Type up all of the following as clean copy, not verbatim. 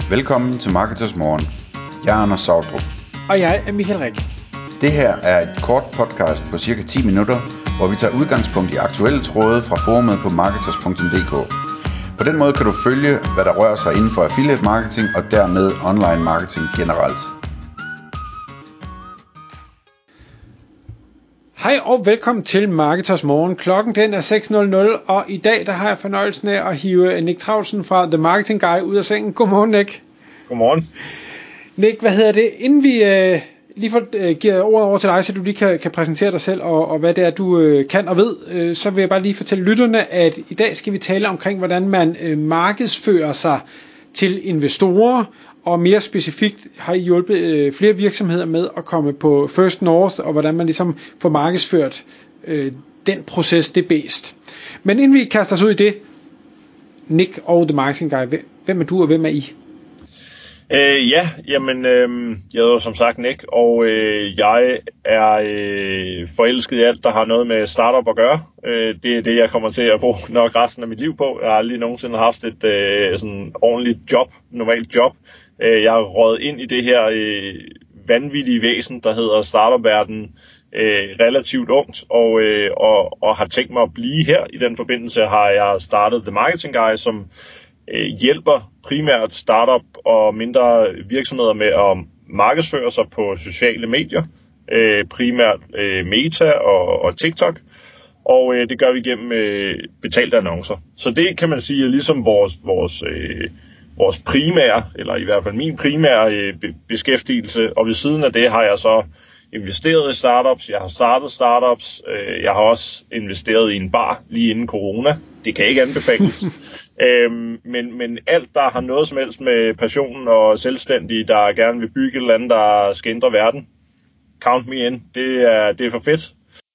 Velkommen til Marketers Morgen. Jeg er Anders Sautrup. Og jeg er Michael Rik. Det her er et kort podcast på cirka 10 minutter, hvor vi tager udgangspunkt i aktuelle tråde fra forumet på marketers.dk. På den måde kan du følge, hvad der rører sig inden for affiliate marketing og dermed online marketing generelt. Hej og velkommen til Marketers Morgen. Klokken den er 6.00, og i dag der har jeg fornøjelsen af at hive Nick Trautsen fra The Marketing Guy ud af sengen. Godmorgen, Nick. Godmorgen. Nick, inden vi lige giver ordet over til dig, så du lige kan præsentere dig selv og hvad det er, du kan og ved, så vil jeg bare lige fortælle lytterne, at i dag skal vi tale omkring, hvordan man markedsfører sig til investorer, og mere specifikt har I hjulpet flere virksomheder med at komme på First North, og hvordan man ligesom får markedsført den proces det bedst. Men inden vi kaster os ud i det, Nick og The Marketing Guy, hvem er du og hvem er I? Jeg er jo som sagt Nick, og jeg er forelsket i alt, der har noget med startup at gøre. Det er det, jeg kommer til at bruge nok resten af mit liv på. Jeg har aldrig nogensinde haft et sådan ordentligt job, normalt job. Jeg har røget ind i det her vanvittige væsen, der hedder startup-verdenen, relativt ungt, og har tænkt mig at blive her. I den forbindelse har jeg startet The Marketing Guy, som hjælper primært startup og mindre virksomheder med at markedsføre sig på sociale medier, primært Meta og TikTok, og det gør vi gennem betalte annoncer. Så det kan man sige er ligesom vores primære, eller i hvert fald min primære beskæftigelse, og ved siden af det har jeg så investeret i startups, jeg har startet startups, jeg har også investeret i en bar lige inden corona. Det kan ikke anbefales. Men alt, der har noget som helst med passionen og selvstændige, der gerne vil bygge et eller andet, der skal ændre verden, count me in. Det er for fedt.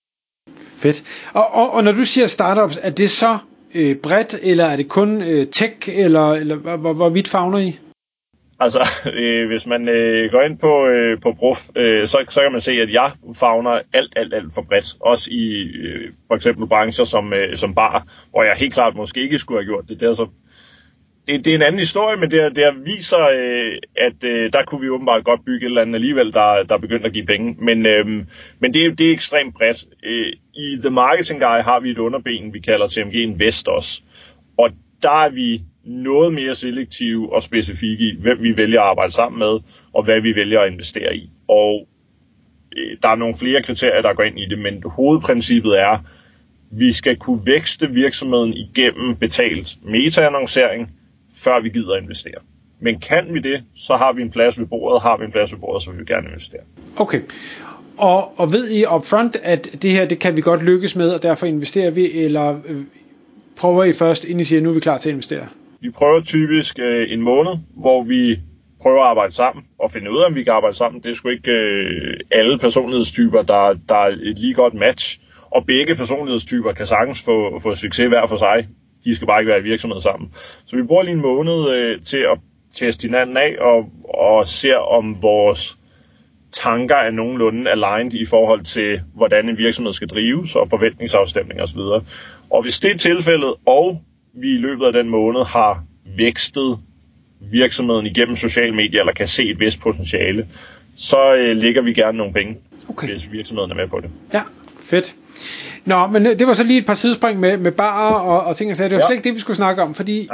Fedt. Og når du siger startups, er det så bredt, eller er det kun tech, eller hvor vidt favner I? Altså, hvis man går ind på Bruf, så kan man se, at jeg favner alt for bredt. Også i for eksempel brancher som bar, hvor jeg helt klart måske ikke skulle have gjort det. Det er en anden historie, men det viser, at der kunne vi åbenbart godt bygge et eller andet alligevel, der begyndte at give penge. Men det er ekstremt bredt. I The Marketing Guy har vi et underben, vi kalder TMG Invest også. Og der er vi noget mere selektive og specifikke i, hvem vi vælger at arbejde sammen med, og hvad vi vælger at investere i. Og der er nogle flere kriterier, der går ind i det, men hovedprincippet er, at vi skal kunne vækste virksomheden igennem betalt meta-annoncering, før vi gider at investere. Men kan vi det, så har vi en plads ved bordet, så vil vi gerne investere. Okay. Og ved I upfront, at det her, det kan vi godt lykkes med, og derfor investerer vi, eller prøver I først, inden I siger, nu er vi klar til at investere? Vi prøver typisk en måned, hvor vi prøver at arbejde sammen, og finde ud af, om vi kan arbejde sammen. Det er sgu ikke alle personlighedstyper, der er et lige godt match. Og begge personlighedstyper kan sagtens få succes hver for sig. De skal bare ikke være i virksomhed sammen. Så vi bruger lige en måned til at teste hinanden af, og ser om vores tanker er nogenlunde aligned i forhold til, hvordan en virksomhed skal drives, og forventningsafstemning osv. Og hvis det er tilfældet, og vi i løbet af den måned har vækstet virksomheden igennem sociale medier, eller kan se et vist potentiale, så lægger vi gerne nogle penge, hvis virksomheden er med på det. Ja, fedt. Nå, men det var så lige et par sidespring med barer og ting og sager. Det var slet ikke det, vi skulle snakke om, fordi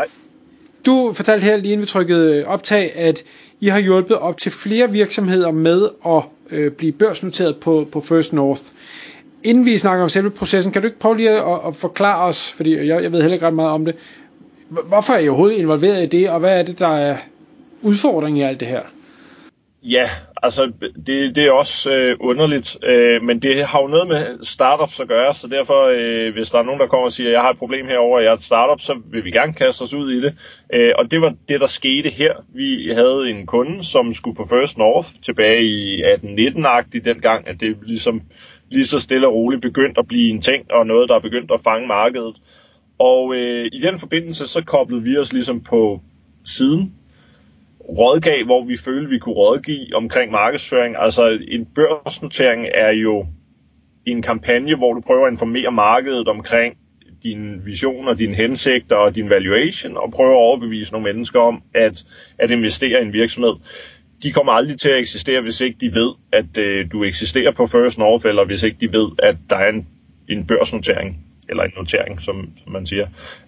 du fortalte her lige inden vi trykkede optag, at I har hjulpet op til flere virksomheder med at blive børsnoteret på First North. Inden vi snakker om selve processen, kan du ikke prøve lige at forklare os, fordi jeg ved heller ikke ret meget om det, hvorfor er I overhovedet involveret i det, og hvad er det, der er udfordringen i alt det her? Ja, altså det er også underligt, men det har jo noget med startups at gøre, så derfor, hvis der er nogen, der kommer og siger, at jeg har et problem herovre, og jeg er et startup, så vil vi gerne kaste os ud i det. Og det var det, der skete her. Vi havde en kunde, som skulle på First North tilbage i 18-19-agtigt dengang, at det ligesom lige så stille og roligt begyndt at blive en ting, og noget, der er begyndt at fange markedet. Og i den forbindelse, så koblede vi os ligesom på siden, rådgav, hvor vi følte, vi kunne rådgive omkring markedsføring. Altså en børsnotering er jo en kampagne, hvor du prøver at informere markedet omkring din vision og din hensigt og din valuation, og prøve at overbevise nogle mennesker om at investere i en virksomhed. De kommer aldrig til at eksistere, hvis ikke de ved, at du eksisterer på First North, eller hvis ikke de ved, at der er en børsnotering, eller en notering, som man siger.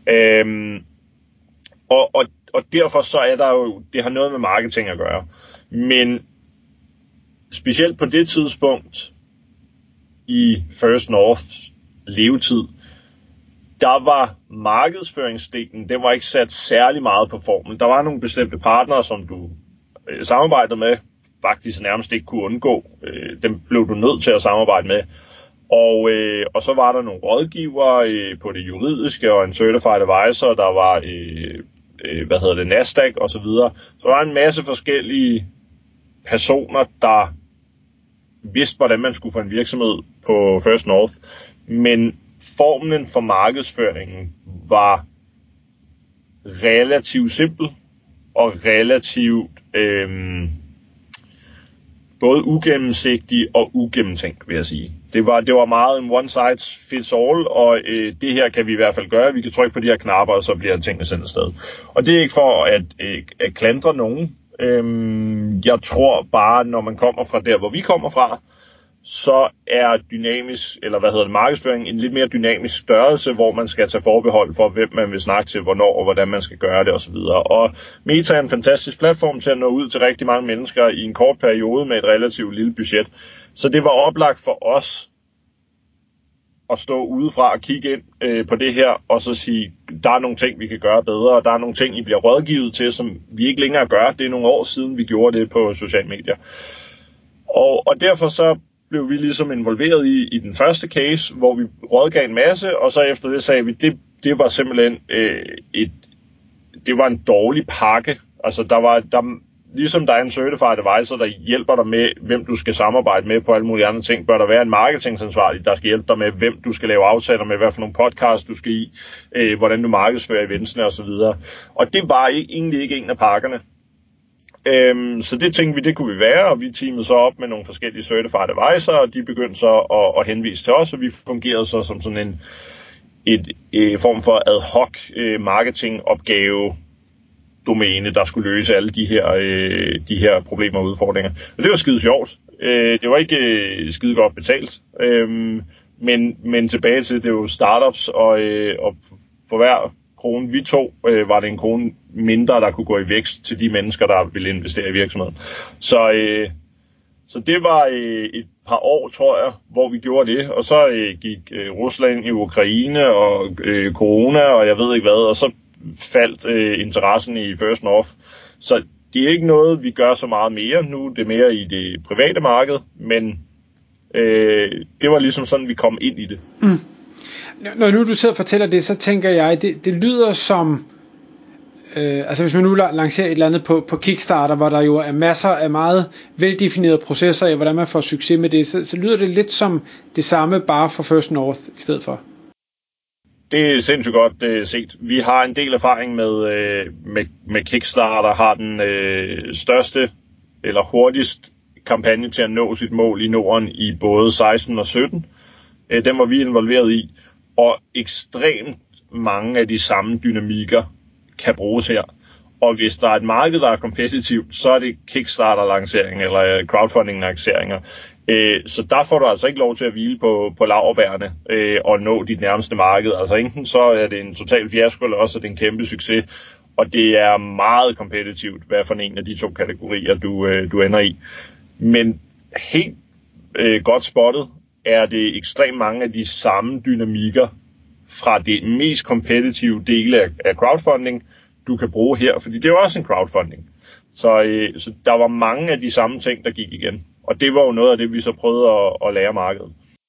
Og derfor så er der jo, det har noget med marketing at gøre. Men specielt på det tidspunkt i First Norths levetid, der var markedsføringsdelen, det var ikke sat særlig meget på formel. Der var nogle bestemte partnere, som du samarbejdede med, faktisk nærmest ikke kunne undgå. Dem blev du nødt til at samarbejde med. Og så var der nogle rådgivere på det juridiske og en certified advisor, der var Nasdaq og så videre. Så der var en masse forskellige personer, der vidste, hvordan man skulle få en virksomhed på First North. Men formlen for markedsføringen var relativt simpel og relativt både ugennemsigtig og ugennemtænkt, vil jeg sige. Det var meget en one size fits all, og det her kan vi i hvert fald gøre. Vi kan trykke på de her knapper, og så bliver tingene sendt afsted. Og det er ikke for at klandre nogen. Jeg tror bare, når man kommer fra der, hvor vi kommer fra, så er markedsføring en lidt mere dynamisk størrelse, hvor man skal tage forbehold for, hvem man vil snakke til, hvornår og hvordan man skal gøre det osv. Og Meta er en fantastisk platform til at nå ud til rigtig mange mennesker i en kort periode med et relativt lille budget. Så det var oplagt for os at stå udefra og kigge ind på det her, og så sige, der er nogle ting, vi kan gøre bedre, og der er nogle ting, I bliver rådgivet til, som vi ikke længere gør. Det er nogle år siden, vi gjorde det på sociale medier. Og derfor så blev vi ligesom involveret i den første case, hvor vi rådgav en masse, og så efter det sagde vi, det var simpelthen det var en dårlig pakke. Altså ligesom der er en certified advisor, der hjælper dig med, hvem du skal samarbejde med på alle mulige andre ting, bør der være en marketingansvarlig, der skal hjælpe dig med, hvem du skal lave aftaler med, hvad for nogle podcasts du skal i, hvordan du markedsfører eventsene osv. Og det var egentlig ikke en af pakkerne. Så det tænkte vi, det kunne vi være, og vi teamede så op med nogle forskellige certified advisor, og de begyndte så at henvise til os, og vi fungerede så som sådan en form for ad hoc marketingopgave domæne, der skulle løse alle de her problemer og udfordringer. Og det var skide sjovt. Det var ikke skide godt betalt, men tilbage til, det var startups, og for hver krone vi tog, var det en krone mindre, der kunne gå i vækst til de mennesker, der ville investere i virksomheden. Så det var et par år, tror jeg, hvor vi gjorde det, og så gik Rusland i Ukraine og corona, og jeg ved ikke hvad, og så faldt interessen i First North. Så det er ikke noget, vi gør så meget mere nu, det er mere i det private marked, men det var ligesom sådan, vi kom ind i det. Mm. Når nu du sidder og fortæller det, så tænker jeg, det lyder som, altså hvis man nu lancerer et eller andet på Kickstarter, hvor der jo er masser af meget veldefinerede processer i, hvordan man får succes med det, så lyder det lidt som det samme, bare for First North i stedet for. Det er sindssygt godt set. Vi har en del erfaring med Kickstarter, har den største eller hurtigst kampagne til at nå sit mål i Norden i både 16 og 17. Den var vi involveret i, og ekstremt mange af de samme dynamikker kan bruges her. Og hvis der er et marked, der er kompetitivt, så er det Kickstarter-lancering eller crowdfunding-lanceringer. Så der får du altså ikke lov til at hvile på laurbærrene og nå dit nærmeste marked. Altså enten så er det en total fiasko, eller også er det en kæmpe succes. Og det er meget kompetitivt, hvad for en af de to kategorier, du ender i. Men helt godt spottet er det ekstremt mange af de samme dynamikker fra det mest kompetitive dele af crowdfunding, du kan bruge her, fordi det er jo også en crowdfunding. Så der var mange af de samme ting, der gik igen. Og det var jo noget af det, vi så prøvede at lære markedet.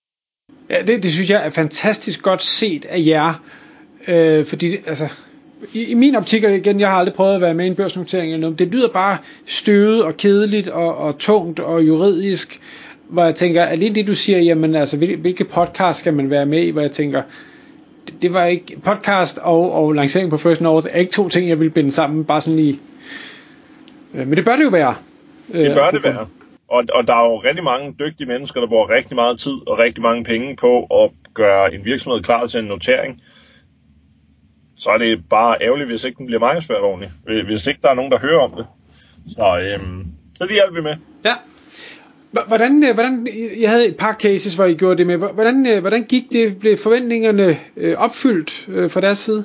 Ja, det synes jeg er fantastisk godt set af jer. Fordi altså, i min optik, igen, jeg har aldrig prøvet at være med i en børsnotering eller noget, det lyder bare støvet og kedeligt og tungt og juridisk, hvor jeg tænker, alene det du siger, jamen altså, hvilke podcast skal man være med i, hvor jeg tænker, det var ikke, podcast og lancering på First North er ikke to ting, jeg vil binde sammen, bare sådan lige. Men det bør det jo være. Det bør det være. Og der er jo rigtig mange dygtige mennesker, der bruger rigtig meget tid og rigtig mange penge på at gøre en virksomhed klar til en notering. så er det bare ærgerligt, hvis ikke den bliver markedsført ordentligt. Hvis ikke der er nogen, der hører om det. Så det hjælper vi med. Ja. Hvordan, jeg havde et par cases, hvor I gjorde det med. Hvordan gik det? Blev forventningerne opfyldt fra deres side?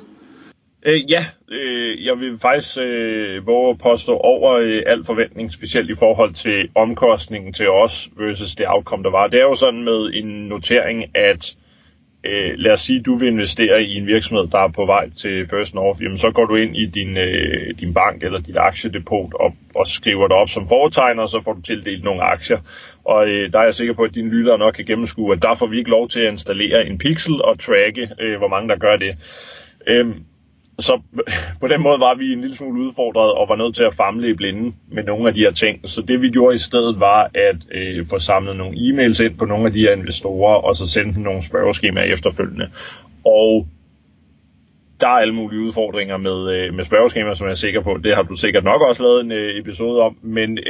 Jeg vil faktisk våge at påstå over al forventning, specielt i forhold til omkostningen til os versus det outcome, der var. Det er jo sådan med en notering, at lad os sige, at du vil investere i en virksomhed, der er på vej til First North, jamen så går du ind i din bank eller dit aktiedepot og skriver det op som foretegner, og så får du tildelt nogle aktier. Og der er jeg sikker på, at dine lyttere nok kan gennemskue, at der får vi ikke lov til at installere en pixel og tracke, hvor mange der gør det. Så på den måde var vi en lille smule udfordret og var nødt til at famle i blinde med nogle af de her ting. Så det vi gjorde i stedet var at få samlet nogle e-mails ind på nogle af de her investorer, og så sende dem nogle spørgeskemaer efterfølgende. Og der er alle mulige udfordringer med spørgeskemaer, som jeg er sikker på. Det har du sikkert nok også lavet en episode om.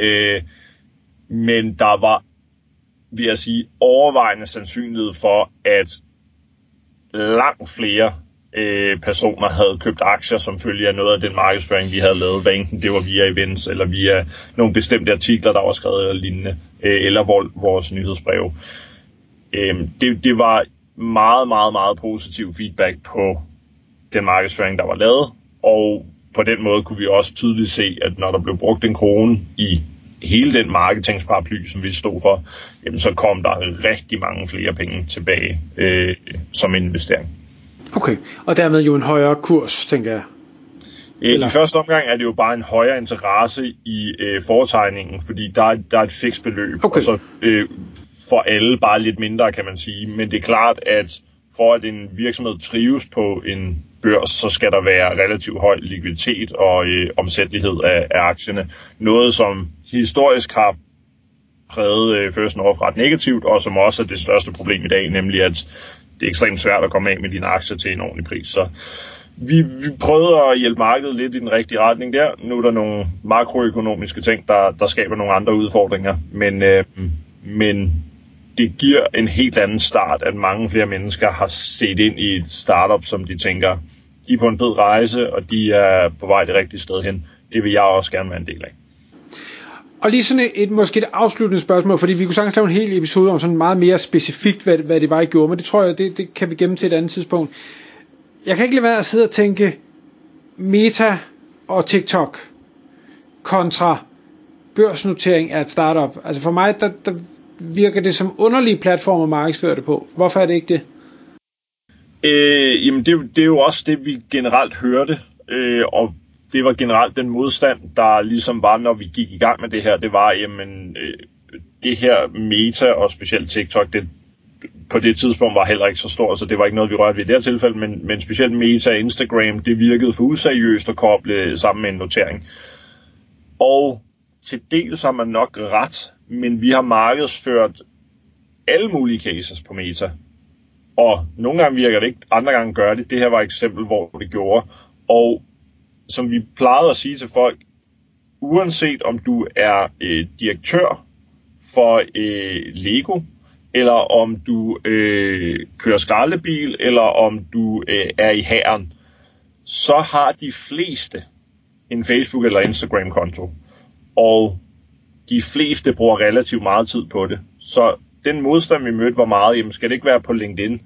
Men der var, vil jeg sige, overvejende sandsynlighed for, at langt flere personer havde købt aktier som følge af noget af den markedsføring, vi havde lavet, hvad enten det var via events eller via nogle bestemte artikler, der var skrevet eller lignende, eller vores nyhedsbreve. Det var meget, meget, meget positiv feedback på den markedsføring, der var lavet, og på den måde kunne vi også tydeligt se, at når der blev brugt en krone i hele den marketingsparaply, som vi stod for, jamen, så kom der rigtig mange flere penge tilbage som investering. Okay, og dermed jo en højere kurs, tænker jeg. I første omgang er det jo bare en højere interesse i foretegningen, fordi der er et fikst beløb, okay. Og så for alle bare lidt mindre, kan man sige. Men det er klart, at for at en virksomhed trives på en børs, så skal der være relativt høj likviditet og omsættelighed af aktierne. Noget, som historisk har præget First North ret negativt, og som også er det største problem i dag, nemlig at det er ekstremt svært at komme af med dine aktier til en ordentlig pris. Så vi prøvede at hjælpe markedet lidt i den rigtige retning der. Nu er der nogle makroøkonomiske ting, der skaber nogle andre udfordringer. Men det giver en helt anden start, at mange flere mennesker har set ind i et startup, som de tænker, de er på en fed rejse, og de er på vej det rigtige sted hen. Det vil jeg også gerne være en del af. Og lige sådan måske et afsluttende spørgsmål, fordi vi kunne sagtens lave en hel episode om sådan meget mere specifikt, hvad det var, I gjorde, men det tror jeg, det kan vi gemme til et andet tidspunkt. Jeg kan ikke lade være at sidde og tænke Meta og TikTok kontra børsnotering af et startup. Altså for mig, der virker det som underlige platformer at markedsføre det på. Hvorfor er det ikke det? Jamen det er jo også det, vi generelt hørte, og det var generelt den modstand, der ligesom var, når vi gik i gang med det her. Det var, jamen, det her Meta og specielt TikTok, det på det tidspunkt var heller ikke så stort, så det var ikke noget, vi rørte ved i det her tilfælde, men specielt Meta og Instagram, det virkede for useriøst at koble sammen med en notering. Og til dels har man nok ret, men vi har markedsført alle mulige cases på Meta. Og nogle gange virker det ikke, andre gange gør det. Det her var et eksempel, hvor det gjorde. Og som vi plejede at sige til folk, uanset om du er direktør for Lego, eller om du kører skraldebil, eller om du er i hæren, så har de fleste en Facebook- eller Instagram-konto. Og de fleste bruger relativt meget tid på det. Så den modstand, vi mødte, var meget, jamen skal det ikke være på LinkedIn?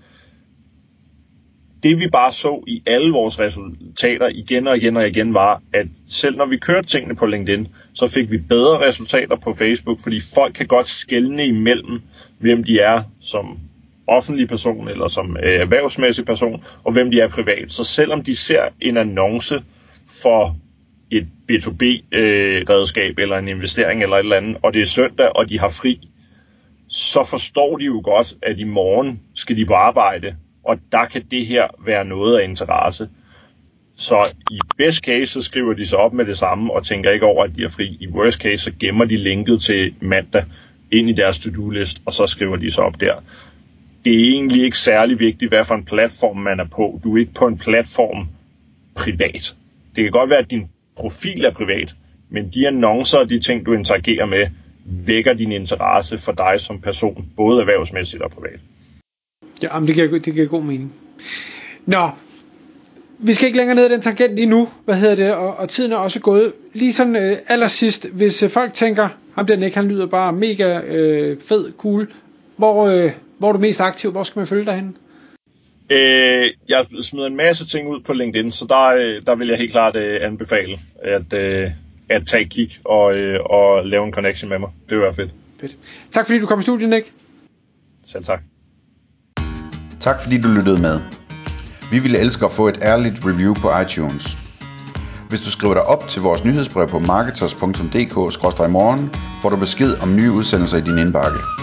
Det vi bare så i alle vores resultater igen og igen og igen var, at selv når vi kørte tingene på LinkedIn, så fik vi bedre resultater på Facebook, fordi folk kan godt skelne imellem, hvem de er som offentlig person eller som erhvervsmæssig person, og hvem de er privat. Så selvom de ser en annonce for et B2B-redskab eller en investering eller et eller andet, og det er søndag, og de har fri, så forstår de jo godt, at i morgen skal de på arbejde, og der kan det her være noget af interesse. Så i best case, så skriver de sig op med det samme, og tænker ikke over, at de er fri. I worst case, så gemmer de linket til mandag ind i deres to-do-list, og så skriver de sig op der. Det er egentlig ikke særlig vigtigt, hvad for en platform man er på. Du er ikke på en platform privat. Det kan godt være, at din profil er privat, men de annoncer og de ting, du interagerer med, vækker din interesse for dig som person, både erhvervsmæssigt og privat. Ja, men det giver god mening. Nå, Vi skal ikke længere ned ad den tangent lige nu, og tiden er også gået. Lige sådan allersidst, hvis folk tænker, ham der Nick, han lyder bare mega fed, cool. Hvor er du mest aktiv? Hvor skal man følge dig henne? Jeg smider en masse ting ud på LinkedIn, så der vil jeg helt klart anbefale at tage et kig og lave en connection med mig. Det vil være fedt. Tak fordi du kom i studiet, Nick. Selv tak. Tak fordi du lyttede med. Vi ville elske at få et ærligt review på iTunes. Hvis du skriver dig op til vores nyhedsbrev på marketers.dk/morgen, får du besked om nye udsendelser i din indbakke.